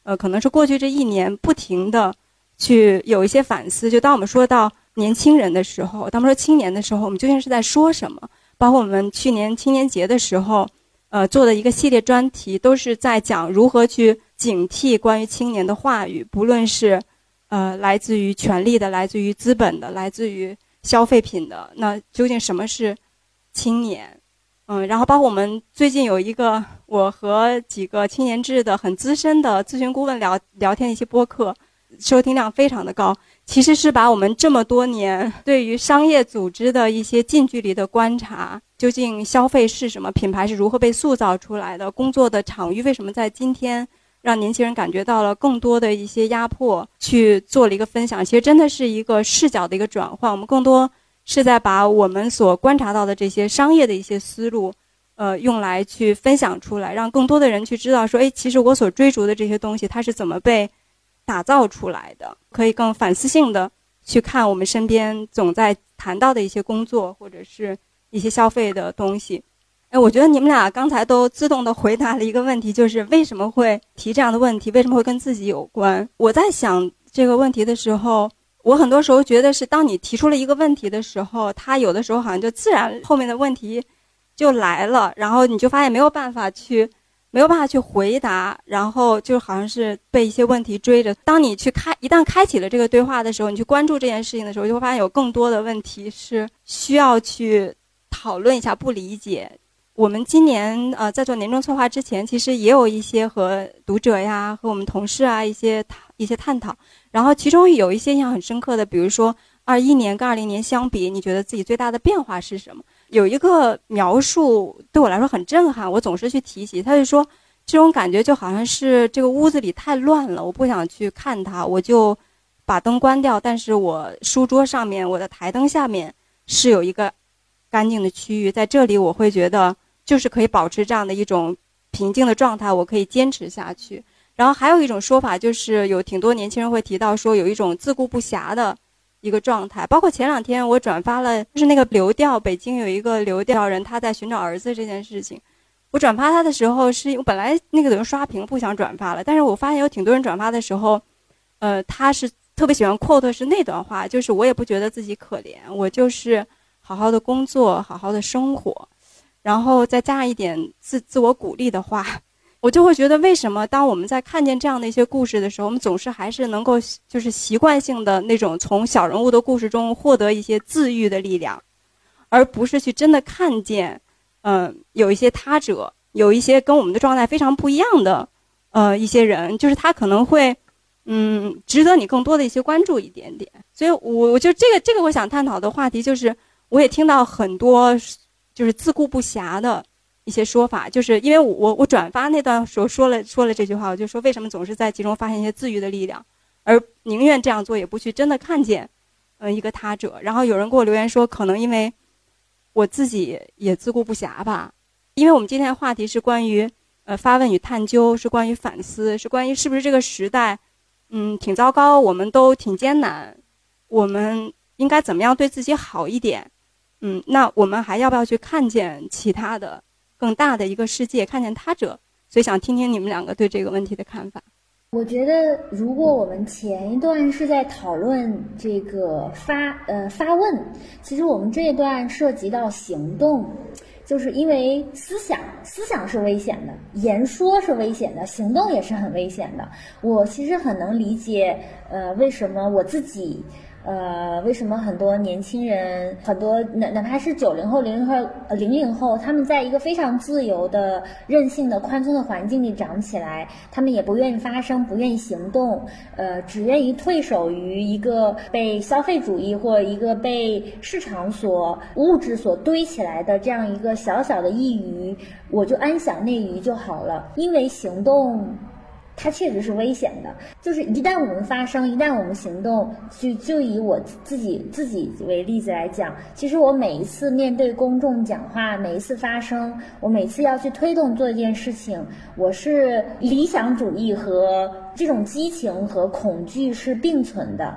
可能是过去这一年不停的去有一些反思。就当我们说到年轻人的时候，当我们说青年的时候，我们究竟是在说什么？包括我们去年青年节的时候，做的一个系列专题，都是在讲如何去警惕关于青年的话语，不论是来自于权力的，来自于资本的，来自于消费品的，那究竟什么是青年？然后包括我们最近有一个我和几个青年志的很资深的咨询顾问聊天的一些播客，收听量非常的高，其实是把我们这么多年对于商业组织的一些近距离的观察，究竟消费是什么，品牌是如何被塑造出来的，工作的场域为什么在今天让年轻人感觉到了更多的一些压迫，去做了一个分享。其实真的是一个视角的一个转换，我们更多是在把我们所观察到的这些商业的一些思路用来去分享出来，让更多的人去知道说，其实我所追逐的这些东西它是怎么被打造出来的，可以更反思性的去看我们身边总在谈到的一些工作或者是一些消费的东西。我觉得你们俩刚才都自动的回答了一个问题，就是为什么会提这样的问题，为什么会跟自己有关。我在想这个问题的时候，我很多时候觉得是当你提出了一个问题的时候，它有的时候好像就自然后面的问题就来了，然后你就发现没有办法去回答，然后就好像是被一些问题追着。当你一旦开启了这个对话的时候，你去关注这件事情的时候，就会发现有更多的问题是需要去讨论一下，不理解。我们今年在做年终策划之前，其实也有一些和读者呀和我们同事啊一些探讨，然后其中有一些印象很深刻的，比如说21年跟20年相比，你觉得自己最大的变化是什么？有一个描述对我来说很震撼，我总是去提起，他就说这种感觉就好像是这个屋子里太乱了，我不想去看它，我就把灯关掉，但是我书桌上面我的台灯下面是有一个干净的区域，在这里我会觉得就是可以保持这样的一种平静的状态，我可以坚持下去。然后还有一种说法，就是有挺多年轻人会提到说有一种自顾不暇的一个状态。包括前2天我转发了，就是那个流调，北京有一个流调人他在寻找儿子这件事情，我转发他的时候是我本来那个有人刷屏不想转发了，但是我发现有挺多人转发的时候他是特别喜欢 quote 是那段话，就是我也不觉得自己可怜，我就是好好的工作，好好的生活，然后再加上一点自我鼓励的话，我就会觉得为什么当我们在看见这样的一些故事的时候，我们总是还是能够就是习惯性的那种从小人物的故事中获得一些自愈的力量，而不是去真的看见有一些他者，有一些跟我们的状态非常不一样的一些人，就是他可能会值得你更多的一些关注一点点。所以我就这个我想探讨的话题，就是我也听到很多就是自顾不暇的一些说法，就是因为我转发那段时候说了这句话，我就说为什么总是在其中发现一些自愈的力量，而宁愿这样做也不去真的看见一个他者。然后有人给我留言说，可能因为我自己也自顾不暇吧，因为我们今天的话题是关于发问与探究，是关于反思，是关于是不是这个时代挺糟糕，我们都挺艰难，我们应该怎么样对自己好一点。那我们还要不要去看见其他的更大的一个世界，看见他者？所以想听听你们两个对这个问题的看法。 我觉得如果我们前一段是在讨论这个发问，其实我们这一段涉及到行动，就是因为思想是危险的，言说是危险的，行动也是很危险的。我其实很能理解为什么我自己为什么很多年轻人，很多哪怕是90后、00后，他们在一个非常自由的、任性的、宽松的环境里长起来，他们也不愿意发声，不愿意行动，只愿意退守于一个被消费主义或一个被市场物质所堆起来的这样一个小小的一隅，我就安享内娱就好了。因为行动它确实是危险的，就是一旦我们发声，一旦我们行动，就以我自己为例子来讲，其实我每一次面对公众讲话，每一次发声，我每次要去推动做一件事情，我是理想主义和这种激情和恐惧是并存的。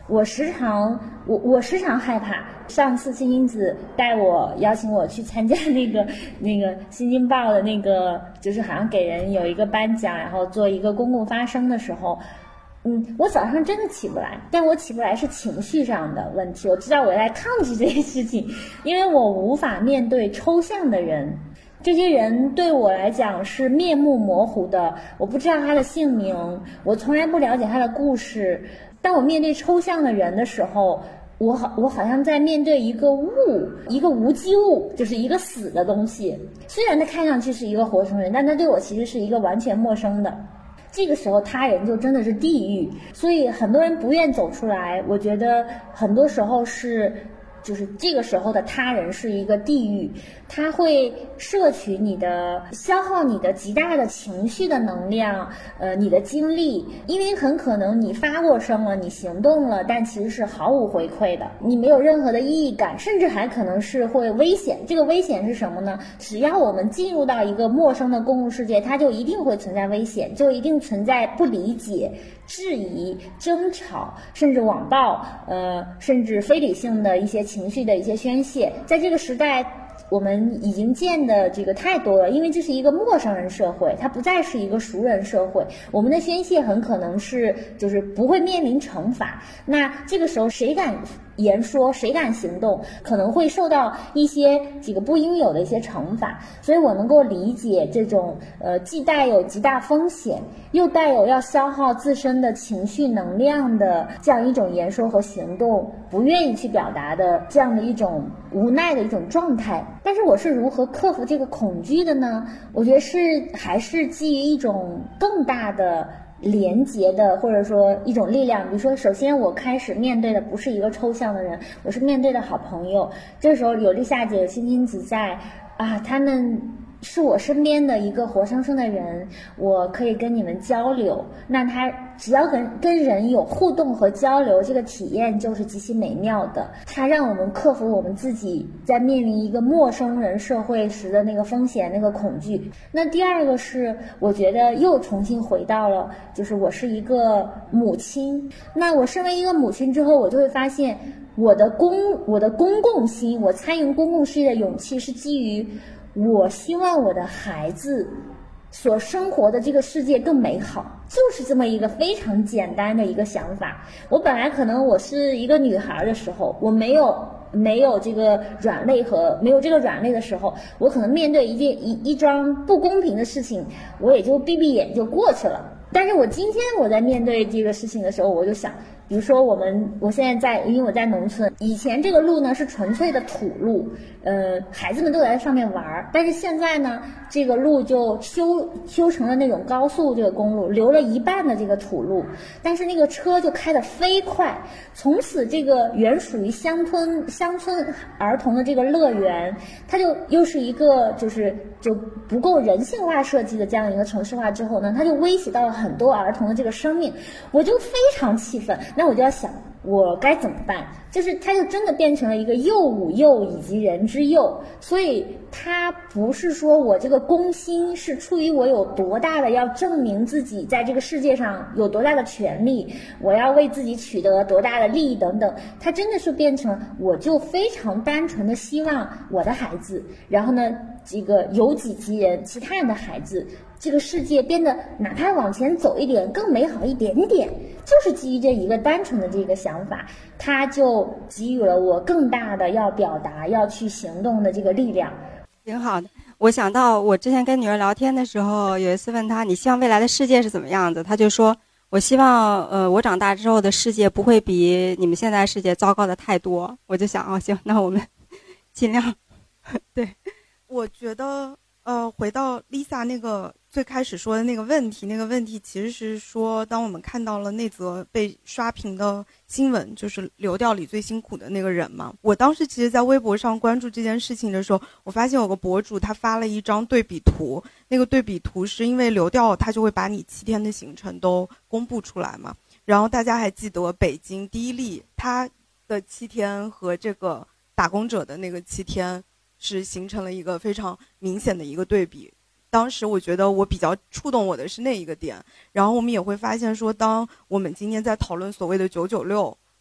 我时常害怕。上次星星子邀请我去参加那个新京报的那个，就是好像给人有一个颁奖，然后做一个公共发声的时候，我早上真的起不来，但我起不来是情绪上的问题。我知道我在抗拒这件事情，因为我无法面对抽象的人。这些人对我来讲是面目模糊的，我不知道他的姓名，我从来不了解他的故事。当我面对抽象的人的时候，我好像在面对一个无机物，就是一个死的东西。虽然他看上去是一个活生人，但他对我其实是一个完全陌生的。这个时候他人就真的是地狱，所以很多人不愿走出来。我觉得很多时候就是这个时候的他人是一个地狱，他会摄取你的，消耗你的极大的情绪的能量，你的精力，因为很可能你发过声了，你行动了，但其实是毫无回馈的，你没有任何的意义感，甚至还可能是会危险。这个危险是什么呢？只要我们进入到一个陌生的公共世界，它就一定会存在危险，就一定存在不理解、质疑、争吵，甚至网暴，甚至非理性的一些情绪的一些宣泄。在这个时代，我们已经见的这个太多了，因为这是一个陌生人社会，它不再是一个熟人社会。我们的宣泄很可能就是不会面临惩罚。那这个时候谁敢言说，谁敢行动，可能会受到几个不应有的一些惩罚。所以我能够理解这种既带有极大风险，又带有要消耗自身的情绪能量的这样一种言说和行动，不愿意去表达的这样的一种无奈的一种状态。但是我是如何克服这个恐惧的呢？我觉得还是基于一种更大的连结的，或者说一种力量。比如说，首先我开始面对的不是一个抽象的人，我是面对的好朋友。这时候有丽夏姐、有星星子在他们是我身边的一个活生生的人，我可以跟你们交流。那他只要跟人有互动和交流，这个体验就是极其美妙的。它让我们克服我们自己在面临一个陌生人社会时的那个风险、那个恐惧。那第二个是，我觉得又重新回到了，就是我是一个母亲。那我身为一个母亲之后，我就会发现我的公共心，我参与公共事业的勇气是基于我希望我的孩子所生活的这个世界更美好，就是这么一个非常简单的一个想法。我本来可能我是一个女孩的时候，我没有这个软肋和没有这个软肋的时候，我可能面对一桩不公平的事情，我也就闭闭眼就过去了。但是我今天我在面对这个事情的时候，我就想，比如说我现在因为我在农村，以前这个路呢是纯粹的土路，孩子们都在上面玩，但是现在呢，这个路就修成了那种高速这个公路，留了一半的这个土路，但是那个车就开得飞快，从此这个原属于乡村儿童的这个乐园，它就又是一个就不够人性化设计的这样一个城市化之后呢，它就威胁到了很多儿童的这个生命，我就非常气愤。那我就要想我该怎么办，就是它就真的变成了一个幼吾幼以及人之幼。所以它不是说我这个公心是出于我有多大的要证明自己在这个世界上有多大的权利，我要为自己取得多大的利益等等，它真的是变成我就非常单纯的希望我的孩子，然后呢这个由己及人，其他人的孩子，这个世界变得哪怕往前走一点更美好一点点，就是基于这一个单纯的这个想法，它就给予了我更大的要表达要去行动的这个力量。 挺好的。我想到我之前跟女儿聊天的时候，有一次问她你希望未来的世界是怎么样子，她就说我希望我长大之后的世界不会比你们现在世界糟糕的太多。我就想行，那我们尽量对。 我觉得回到 Lisa 那个最开始说的那个问题其实是说，当我们看到了那则被刷屏的新闻，就是流调里最辛苦的那个人嘛。我当时其实在微博上关注这件事情的时候，我发现有个博主他发了一张对比图，那个对比图是因为流调他就会把你7天的行程都公布出来嘛，然后大家还记得北京第一例他的7天和这个打工者的那个7天是形成了一个非常明显的一个对比。当时我觉得我比较触动我的是那一个点，然后我们也会发现说，当我们今天在讨论所谓的996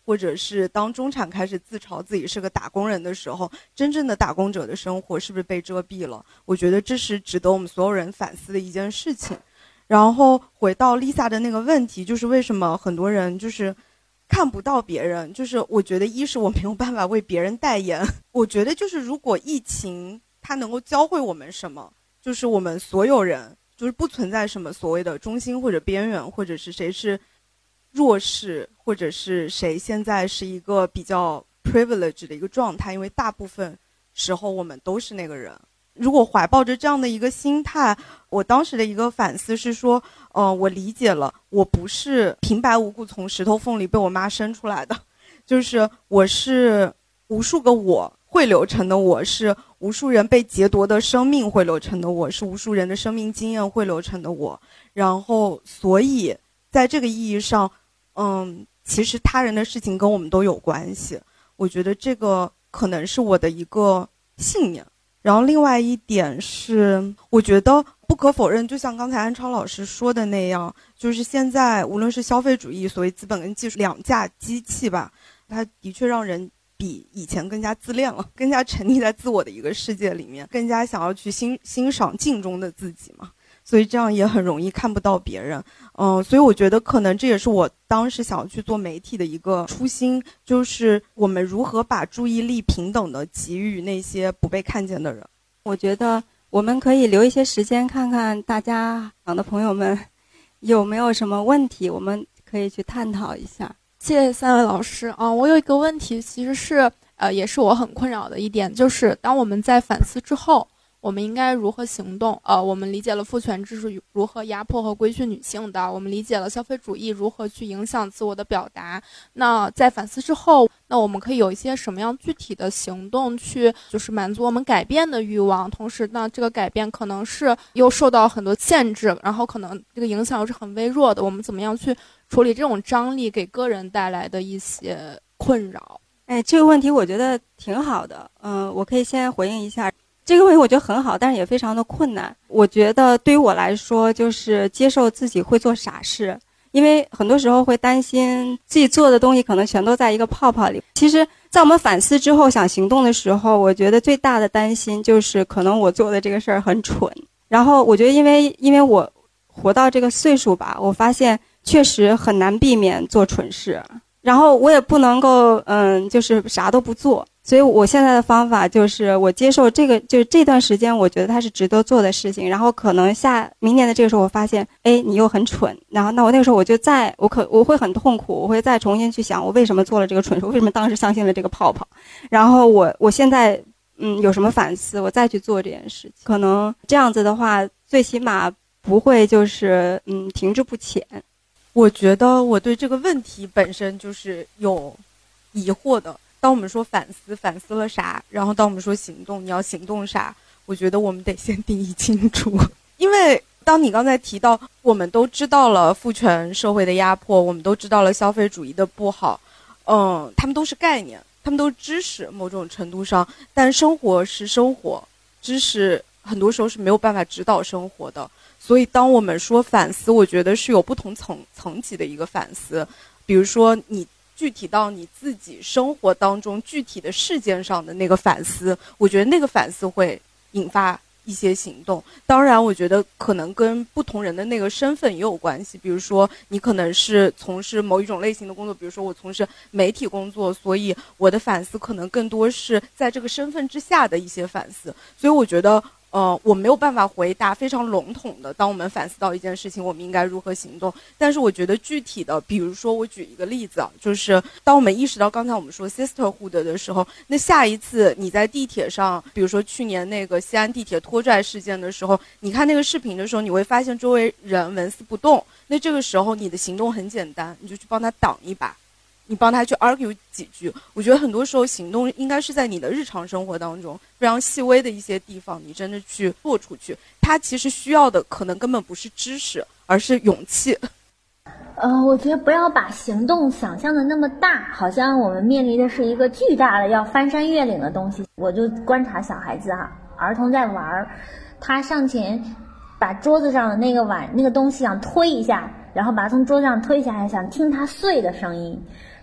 或者是当中产开始自嘲自己是个打工人的时候，真正的打工者的生活是不是被遮蔽了？我觉得这是值得我们所有人反思的一件事情。然后回到 Lisa 的那个问题，就是为什么很多人就是看不到别人，就是我觉得一是我没有办法为别人代言，我觉得就是如果疫情它能够教会我们什么，就是我们所有人就是不存在什么所谓的中心或者边缘，或者是谁是弱势，或者是谁现在是一个比较 privilege 的一个状态，因为大部分时候我们都是那个人。如果怀抱着这样的一个心态，我当时的一个反思是说，我理解了，我不是平白无故从石头缝里被我妈生出来的，就是我是无数个我汇流成的我，是无数人被劫夺的生命汇流成的我，是无数人的生命经验汇流成的我。然后，所以在这个意义上，其实他人的事情跟我们都有关系。我觉得这个可能是我的一个信念。然后另外一点是，我觉得不可否认，就像刚才安超老师说的那样，就是现在无论是消费主义，所谓资本跟技术两架机器吧，它的确让人比以前更加自恋了，更加沉溺在自我的一个世界里面，更加想要去欣赏镜中的自己嘛，所以这样也很容易看不到别人。所以我觉得可能这也是我当时想要去做媒体的一个初心，就是我们如何把注意力平等的给予那些不被看见的人。 我觉得我们可以留一些时间看看大家的朋友们有没有什么问题，我们可以去探讨一下。 谢谢三位老师啊！我有一个问题，其实是也是我很困扰的一点，就是当我们在反思之后，我们应该如何行动？我们理解了父权制是如何压迫和规训女性的，我们理解了消费主义如何去影响自我的表达。那在反思之后，那我们可以有一些什么样具体的行动去就是满足我们改变的欲望，同时呢这个改变可能是又受到很多限制，然后可能这个影响又是很微弱的，我们怎么样去处理这种张力给个人带来的一些困扰？ 这个问题我觉得挺好的，我可以先回应一下。这个问题我觉得很好，但是也非常的困难。我觉得对于我来说，就是接受自己会做傻事，因为很多时候会担心自己做的东西可能全都在一个泡泡里。其实在我们反思之后想行动的时候，我觉得最大的担心就是可能我做的这个事儿很蠢。然后我觉得因为我活到这个岁数吧，我发现确实很难避免做蠢事，然后我也不能够就是啥都不做。所以我现在的方法就是我接受这个，就是这段时间我觉得它是值得做的事情，然后可能明年的这个时候我发现你又很蠢，然后那我那个时候我会很痛苦，我会再重新去想我为什么做了这个蠢事，为什么当时相信了这个泡泡，然后我现在有什么反思，我再去做这件事情，可能这样子的话最起码不会就是停滞不前。 我觉得我对这个问题本身就是有疑惑的。当我们说反思了啥，然后当我们说行动，你要行动啥，我觉得我们得先定义清楚。因为当你刚才提到我们都知道了父权社会的压迫，我们都知道了消费主义的不好，他们都是概念，他们都是知识，某种程度上，但生活是生活，知识很多时候是没有办法指导生活的。所以当我们说反思，我觉得是有不同层级的一个反思。比如说你具体到你自己生活当中具体的事件上的那个反思，我觉得那个反思会引发一些行动。当然我觉得可能跟不同人的那个身份也有关系，比如说你可能是从事某一种类型的工作，比如说我从事媒体工作，所以我的反思可能更多是在这个身份之下的一些反思。所以我觉得我没有办法回答非常笼统的，当我们反思到一件事情，我们应该如何行动。但是我觉得具体的，比如说我举一个例子啊，就是当我们意识到刚才我们说 sisterhood 的时候，那下一次你在地铁上，比如说去年那个西安地铁拖拽事件的时候，你看那个视频的时候，你会发现周围人纹丝不动。那这个时候你的行动很简单，你就去帮他挡一把，你帮他去 argue 几句。我觉得很多时候行动应该是在你的日常生活当中非常细微的一些地方，你真的去做出去。他其实需要的可能根本不是知识，而是勇气。 我觉得不要把行动想象的那么大，好像我们面临的是一个巨大的要翻山越岭的东西。我就观察小孩子儿童在玩，他上前把桌子上的那个碗那个东西想推一下，然后把它从桌子上推下来，想听它碎的声音。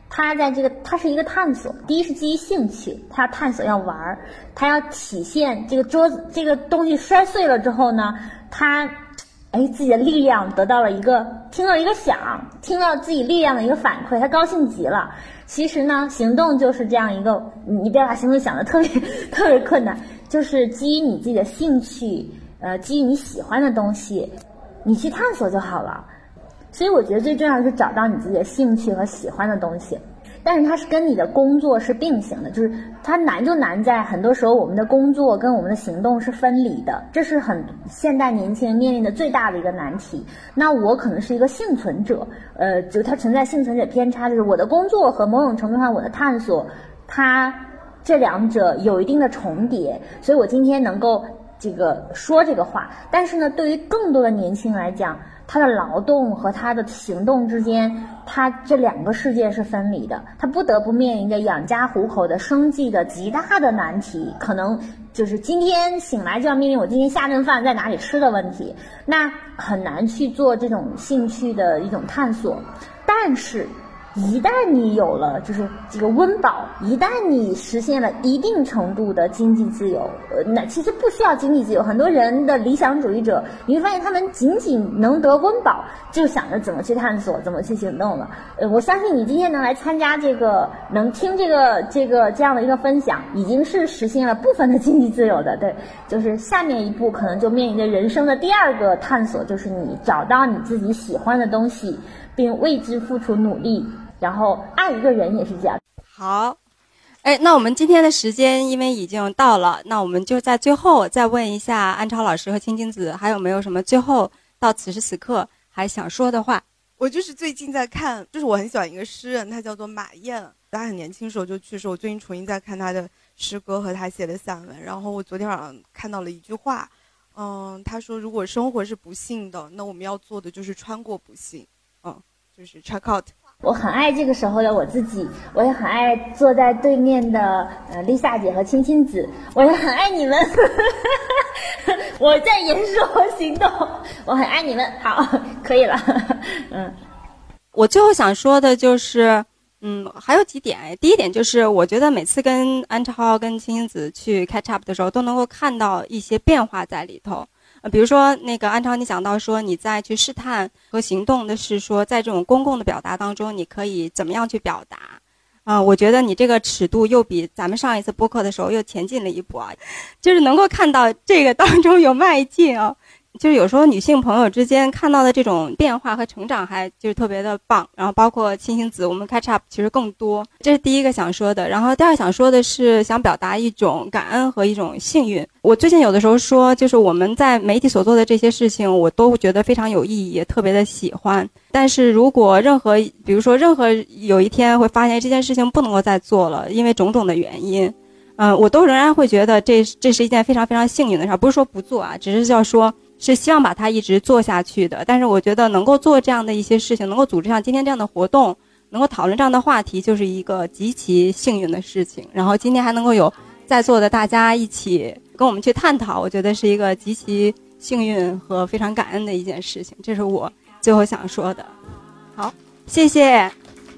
它是一个探索。第一是基于兴趣，它要探索要玩，它要体现这个桌子这个东西摔碎了之后呢，它自己的力量得到了听到一个响，听到自己力量的一个反馈，他高兴极了。其实呢，行动就是这样一个，你不要把行动想得特别困难，就是基于你自己的兴趣，基于你喜欢的东西，你去探索就好了。所以我觉得最重要的是找到你自己的兴趣和喜欢的东西。但是它是跟你的工作是并行的，就是它难就难在很多时候我们的工作跟我们的行动是分离的，这是现代年轻人面临的最大的一个难题。那我可能是一个幸存者，就它存在幸存者偏差，就是我的工作和某种程度上我的探索，它这两者有一定的重叠，所以我今天能够说这个话。但是呢，对于更多的年轻人来讲，他的劳动和他的行动之间，他这两个世界是分离的，他不得不面临着养家糊口的生计的极大的难题，可能就是今天醒来就要面临我今天下顿饭在哪里吃的问题，那很难去做这种兴趣的一种探索。但是一旦你有了就是这个温饱，一旦你实现了一定程度的经济自由，那其实不需要经济自由。很多人的理想主义者，你会发现他们仅仅能得温饱，就想着怎么去探索，怎么去行动了。我相信你今天能来参加能听这样的一个分享，已经是实现了部分的经济自由的。对，就是下面一步可能就面临着人生的第二个探索，就是你找到你自己喜欢的东西，并为之付出努力。然后爱一个人也是这样。 好，那我们今天的时间因为已经到了，那我们就在最后再问一下安超老师和青青子，还有没有什么最后到此时此刻还想说的话？ 我就是最近在看，就是我很喜欢一个诗人，他叫做马燕，他很年轻时候就去世，我最近重新在看他的诗歌和他写的散文。然后我昨天晚上看到了一句话，他说如果生活是不幸的，那我们要做的就是穿过不幸，就是 check out。 我很爱这个时候的我自己，我也很爱坐在对面的丽萨姐和青青子，我也很爱你们我在言说行动，我很爱你们。好，可以了我最后想说的就是还有几点。第一点就是我觉得每次跟安超跟青青子去 catch up 的时候，都能够看到一些变化在里头。比如说那个安超，你讲到说你在去试探和行动的是说，在这种公共的表达当中，你可以怎么样去表达我觉得你这个尺度又比咱们上一次播客的时候又前进了一步啊，就是能够看到这个当中有迈进啊。就是有时候女性朋友之间看到的这种变化和成长还就是特别的棒，然后包括青青子我们 catch up 其实更多，这是第一个想说的。然后第二想说的是想表达一种感恩和一种幸运。我最近有的时候说，就是我们在媒体所做的这些事情我都觉得非常有意义，也特别的喜欢，但是如果比如说任何有一天会发现这件事情不能够再做了，因为种种的原因我都仍然会觉得这是一件非常非常幸运的事，不是说不做啊，只是要说是希望把它一直做下去的。但是我觉得能够做这样的一些事情，能够组织像今天这样的活动，能够讨论这样的话题，就是一个极其幸运的事情。然后今天还能够有在座的大家一起跟我们去探讨，我觉得是一个极其幸运和非常感恩的一件事情，这是我最后想说的。好，谢谢。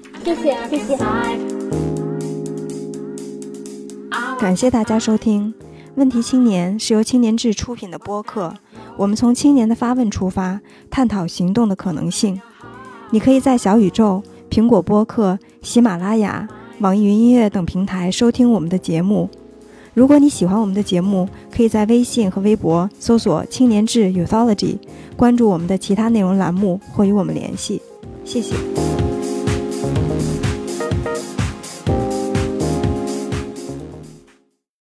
感谢大家收听问题青年，是由青年志出品的播客，我们从青年的发问出发，探讨行动的可能性。你可以在小宇宙、苹果播客、喜马拉雅、网易云音乐等平台收听我们的节目。如果你喜欢我们的节目，可以在微信和微博搜索青年志 Youthology， 关注我们的其他内容栏目或与我们联系。谢谢。